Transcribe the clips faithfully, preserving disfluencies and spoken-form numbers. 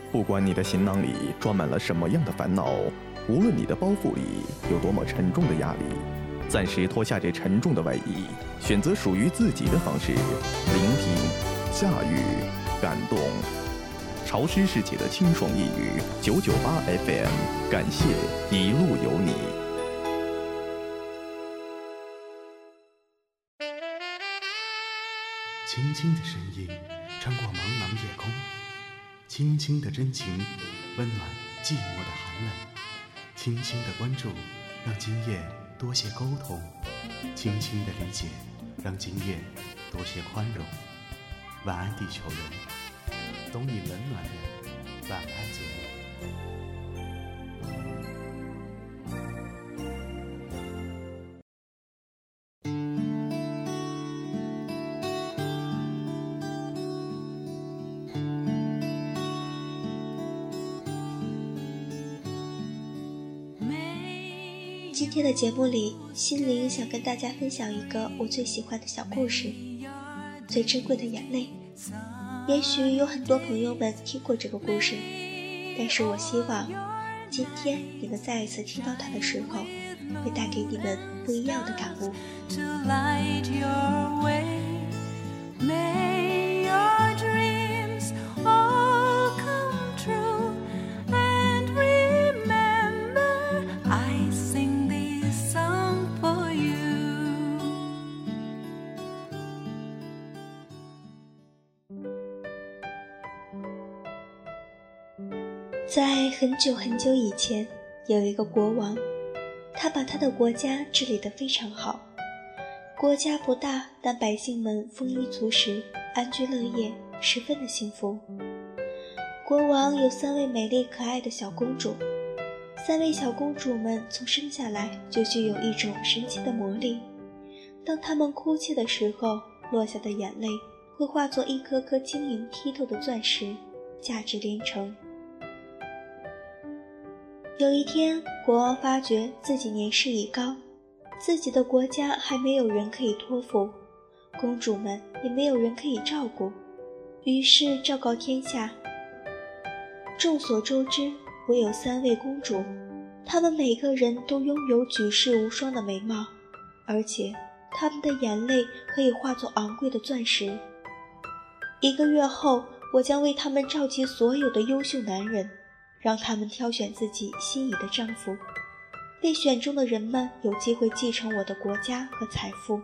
不管你的行囊里装满了什么样的烦恼，无论你的包袱里有多么沉重的压力，暂时脱下这沉重的外衣，选择属于自己的方式，聆听、驾驭、感动。潮湿世界的清爽一语九九八 F M， 感谢一路有你。 轻轻的声音穿过茫茫夜空，轻轻的真情温暖寂寞的寒冷，轻轻的关注让今夜多些沟通，轻轻的理解让今夜多些宽容。晚安地球人，懂你冷暖的晚安节目。 今天的节目里，心灵想跟大家分享一个我最喜欢的小故事，最珍贵的眼泪。也许有很多朋友们听过这个故事，但是我希望今天你们再一次听到它的时候，会带给你们不一样的感悟。在很久很久以前，有一个国王，他把他的国家治理得非常好。国家不大，但百姓们丰衣足食，安居乐业，十分的幸福。国王有三位美丽可爱的小公主，三位小公主们从生下来就具有一种神奇的魔力，当她们哭泣的时候，落下的眼泪会化作一颗颗晶莹剔透的钻石，价值连城。有一天，国王发觉自己年事已高，自己的国家还没有人可以托付，公主们也没有人可以照顾，于是昭告天下。众所周知，我有三位公主，她们每个人都拥有举世无双的美貌，而且她们的眼泪可以化作昂贵的钻石。一个月后，我将为她们召集所有的优秀男人，让他们挑选自己心仪的丈夫，被选中的人们有机会继承我的国家和财富。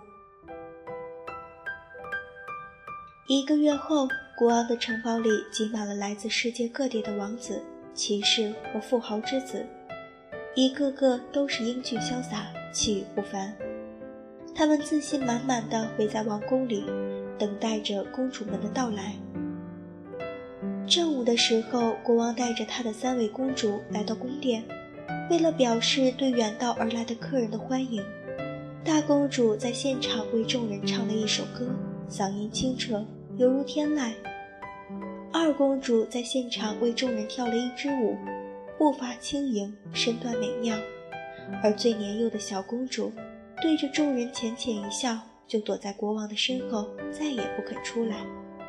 一个月后，国王的城堡里挤满了来自世界各地的王子、骑士和富豪之子，一个个都是英俊潇洒，气宇不凡。他们自信满满地围在王宫里，等待着公主们的到来。正午的时候，国王带着他的三位公主来到宫殿，为了表示对远道而来的客人的欢迎，大公主在现场为众人唱了一首歌，嗓音清澈，犹如天籁。二公主在现场为众人跳了一支舞，步伐轻盈，身段美妙。而最年幼的小公主对着众人浅浅一笑，就躲在国王的身后，再也不肯出来。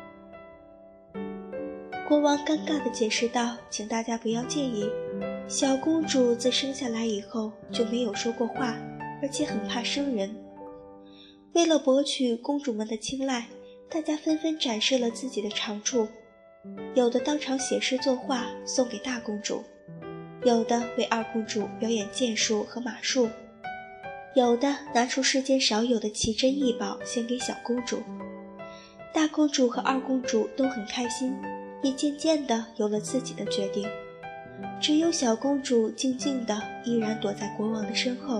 国王尴尬地解释道，请大家不要介意，小公主自生下来以后就没有说过话，而且很怕生人。为了博取公主们的青睐，大家纷纷展示了自己的长处，有的当场写诗作画送给大公主，有的为二公主表演剑术和马术，有的拿出世间少有的奇珍异宝献给小公主。大公主和二公主都很开心，也渐渐地有了自己的决定，只有小公主静静地依然躲在国王的身后。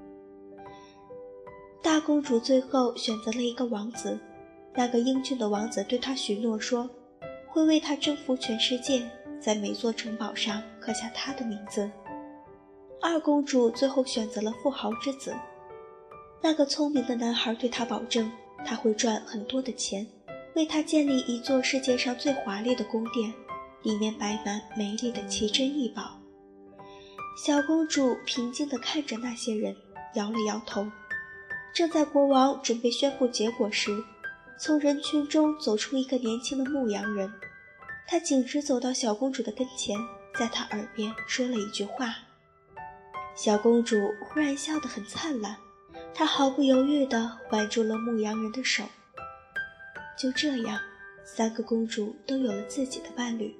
大公主最后选择了一个王子，那个英俊的王子对她许诺说，会为她征服全世界，在每座城堡上刻下她的名字。二公主最后选择了富豪之子，那个聪明的男孩对她保证，他会赚很多的钱，为她建立一座世界上最华丽的宫殿，里面摆满美丽的奇珍异宝。小公主平静地看着那些人，摇了摇头。正在国王准备宣布结果时，从人群中走出一个年轻的牧羊人， 他径直走到小公主的跟前，在她耳边说了一句话。小公主忽然笑得很灿烂，她毫不犹豫地挽住了牧羊人的手。就这样，三个公主都有了自己的伴侣。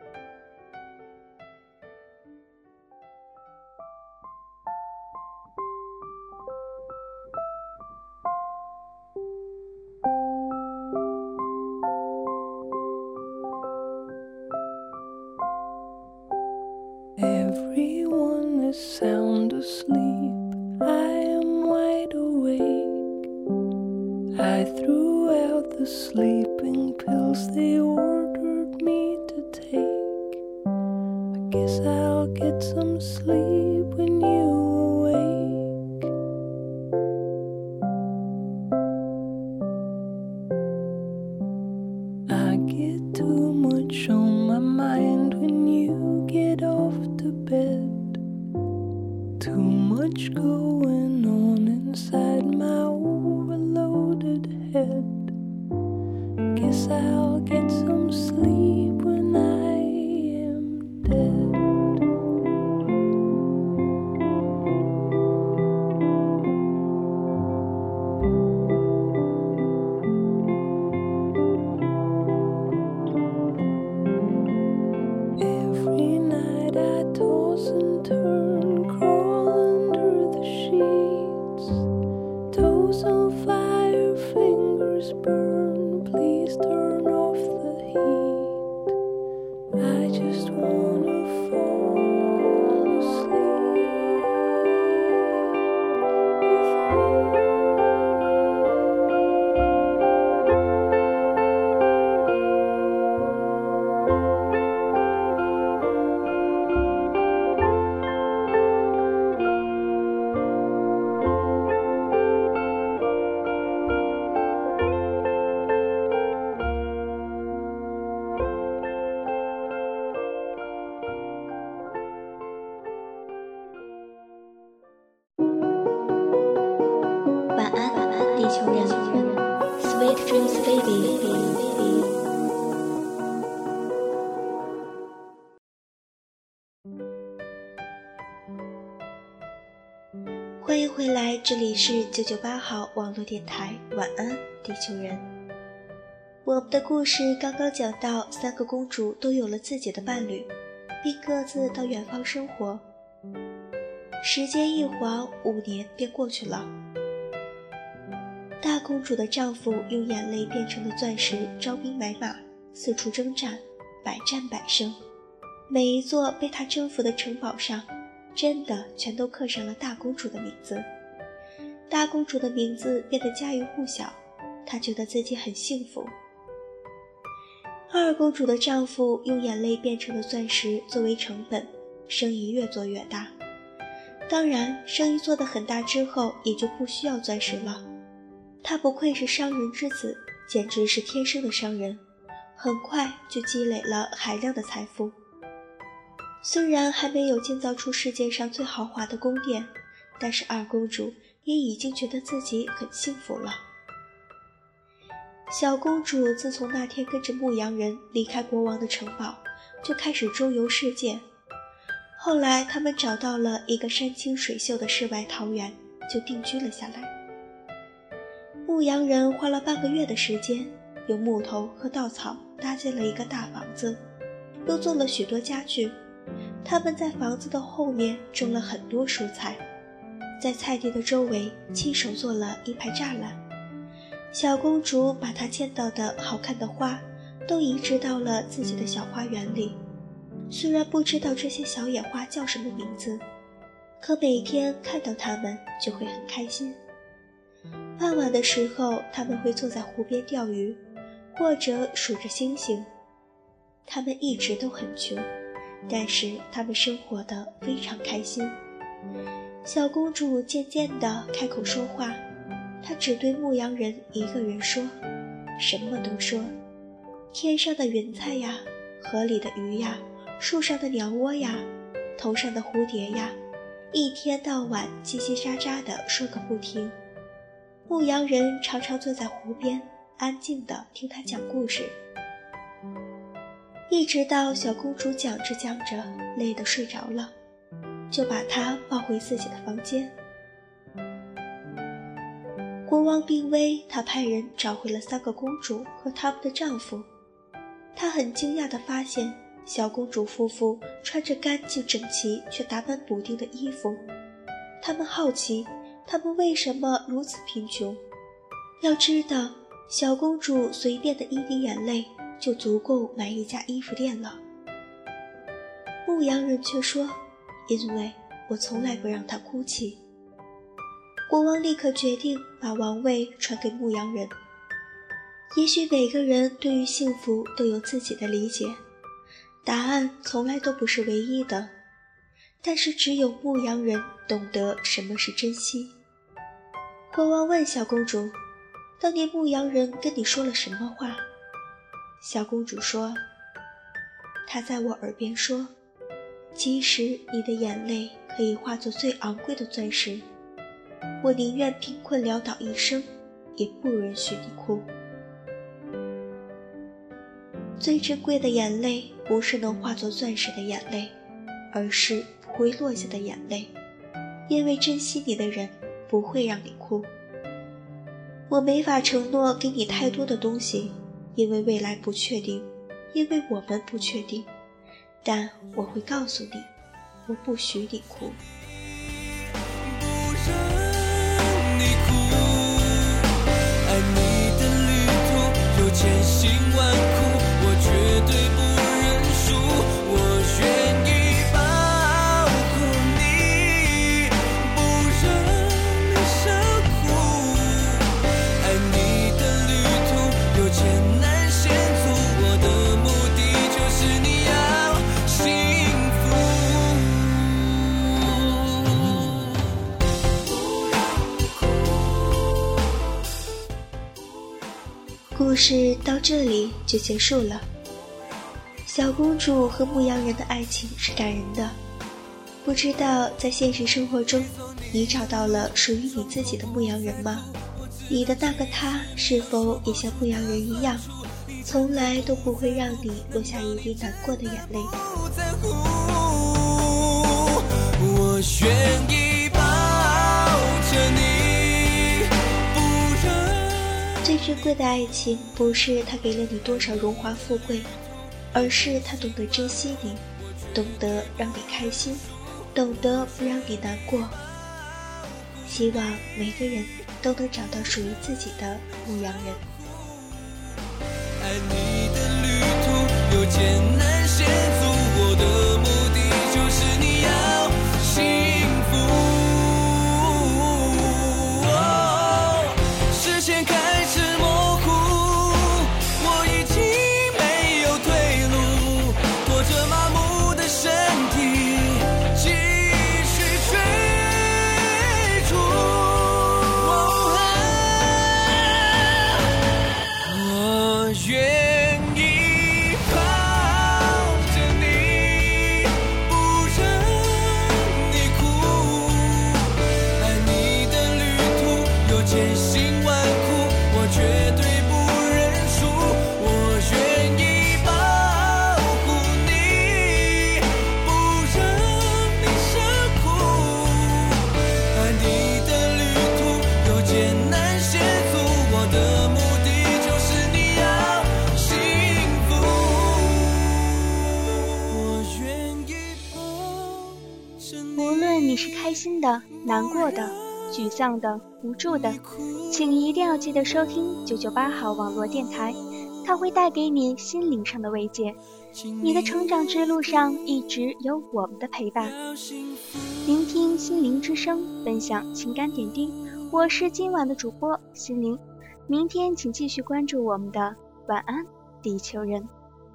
Everyone is sound asleep, I am wide awake. I threw out the sleeping pills they ordered me to take. I guess I'll get some sleep when you awake. I get too much on my mind when you get off to bed. Too much going on inside my overloaded head. Guess I'll get some sleep when I am dead. Every night I toss and turn, crawl under the sheets. Toes on fire, fingers burn, please turn off the heat. I just wanna fall asleep with you. Sweet dreams, baby. 欢迎回来，这里是九九八号网络电台，晚安，地球人。我们的故事刚刚讲到，三个公主都有了自己的伴侣，并各自到远方生活。时间一晃，五年便过去了。大公主的丈夫用眼泪变成了钻石，招兵买马，四处征战，百战百胜。每一座被他征服的城堡上，真的全都刻上了大公主的名字。大公主的名字变得家喻户晓，她觉得自己很幸福。二公主的丈夫用眼泪变成了钻石作为成本，生意越做越大。当然，生意做得很大之后，也就不需要钻石了。他不愧是商人之子，简直是天生的商人，很快就积累了海量的财富。虽然还没有建造出世界上最豪华的宫殿，但是二公主也已经觉得自己很幸福了。小公主自从那天跟着牧羊人离开国王的城堡，就开始周游世界。后来他们找到了一个山清水秀的世外桃源，就定居了下来。牧羊人花了半个月的时间，用木头和稻草搭建了一个大房子，又做了许多家具。他们在房子的后面种了很多蔬菜，在菜地的周围亲手做了一排栅栏。小公主把她见到的好看的花都移植到了自己的小花园里，虽然不知道这些小野花叫什么名字，可每天看到它们就会很开心。傍晚的时候，他们会坐在湖边钓鱼，或者数着星星。他们一直都很穷，但是他们生活得非常开心。小公主渐渐地开口说话，她只对牧羊人一个人说，什么都说。天上的云彩呀，河里的鱼呀，树上的鸟窝呀，头上的蝴蝶呀，一天到晚叽叽喳喳地说个不停。牧羊人常常坐在湖边，安静地听他讲故事。 一直到小公主讲着讲着累得睡着了，就把她抱回自己的房间。国王病危，他派人找回了三个公主和他们的丈夫。他很惊讶地发现，小公主夫妇穿着干净整齐却打扮补丁的衣服。他们好奇，他们为什么如此贫穷？要知道，小公主随便的一滴眼泪就足够买一家衣服店了。牧羊人却说，因为我从来不让她哭泣。国王立刻决定把王位传给牧羊人。也许每个人对于幸福都有自己的理解，答案从来都不是唯一的，但是只有牧羊人懂得什么是珍惜。国王问小公主，当年牧羊人跟你说了什么话？小公主说，他在我耳边说，即使你的眼泪可以化作最昂贵的钻石，我宁愿贫困潦倒一生，也不允许你哭。最珍贵的眼泪不是能化作钻石的眼泪，而是不会落下的眼泪，因为珍惜你的人不会让你哭。我没法承诺给你太多的东西，因为未来不确定，因为我们不确定，但我会告诉你，我不许你哭。 爱你的旅途有千辛万苦，我绝对不认输，我愿意保护你，不让你受苦。爱你的旅途有艰难险阻，我的目的就是你要幸福。不让你哭。 故事到这里就结束了。小公主和牧羊人的爱情是感人的，不知道在现实生活中，你找到了属于你自己的牧羊人吗？你的那个他是否也像牧羊人一样，从来都不会让你落下一滴难过的眼泪？ 不在乎，我愿意抱着你，不让。 最珍贵的爱情不是他给了你多少荣华富贵，而是他懂得珍惜你，懂得让你开心，懂得不让你难过。希望每个人都能找到属于自己的牧羊人。 爱你的旅途有艰难险阻，我的目的就是你要幸福。视线开始模糊，我已经没有退路，拖着麻木的身体继续追逐。我愿意抱着你，不让你哭。爱你的旅途有千辛万苦，我绝对不认输。我愿意保护你，不让你受苦。爱你的旅途有艰难险阻，我的目的就是你要幸福。我愿意抱着你。 无论你是开心的、难过的、沮丧的、无助的，请一定要记得收听九九八号网络电台，它会带给你心灵上的慰藉。你的成长之路上一直有我们的陪伴。聆听心灵之声，分享情感点滴。我是今晚的主播心灵，明天请继续关注我们的晚安地球人。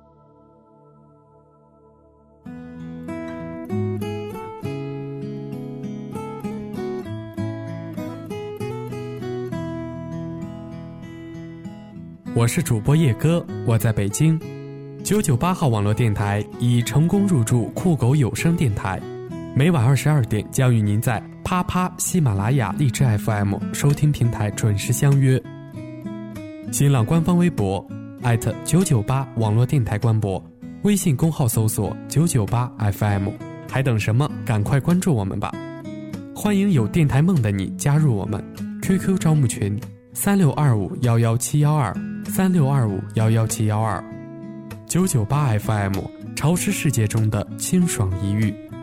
我是主播叶哥，我在北京。九九八号网络电台已成功入驻酷狗有声电台，每晚二十二点将与您在啪啪、喜马拉雅、荔枝 F M 收听平台准时相约。新浪官方微博艾特九九八网络电台官博， 微信公号搜索九九八 F M， 还等什么？赶快关注我们吧！欢迎有电台梦的你加入我们 Q Q 招募群三六二五幺幺七幺二三六二五幺幺七幺二。九九八 F M， 潮湿世界中的清爽一遇。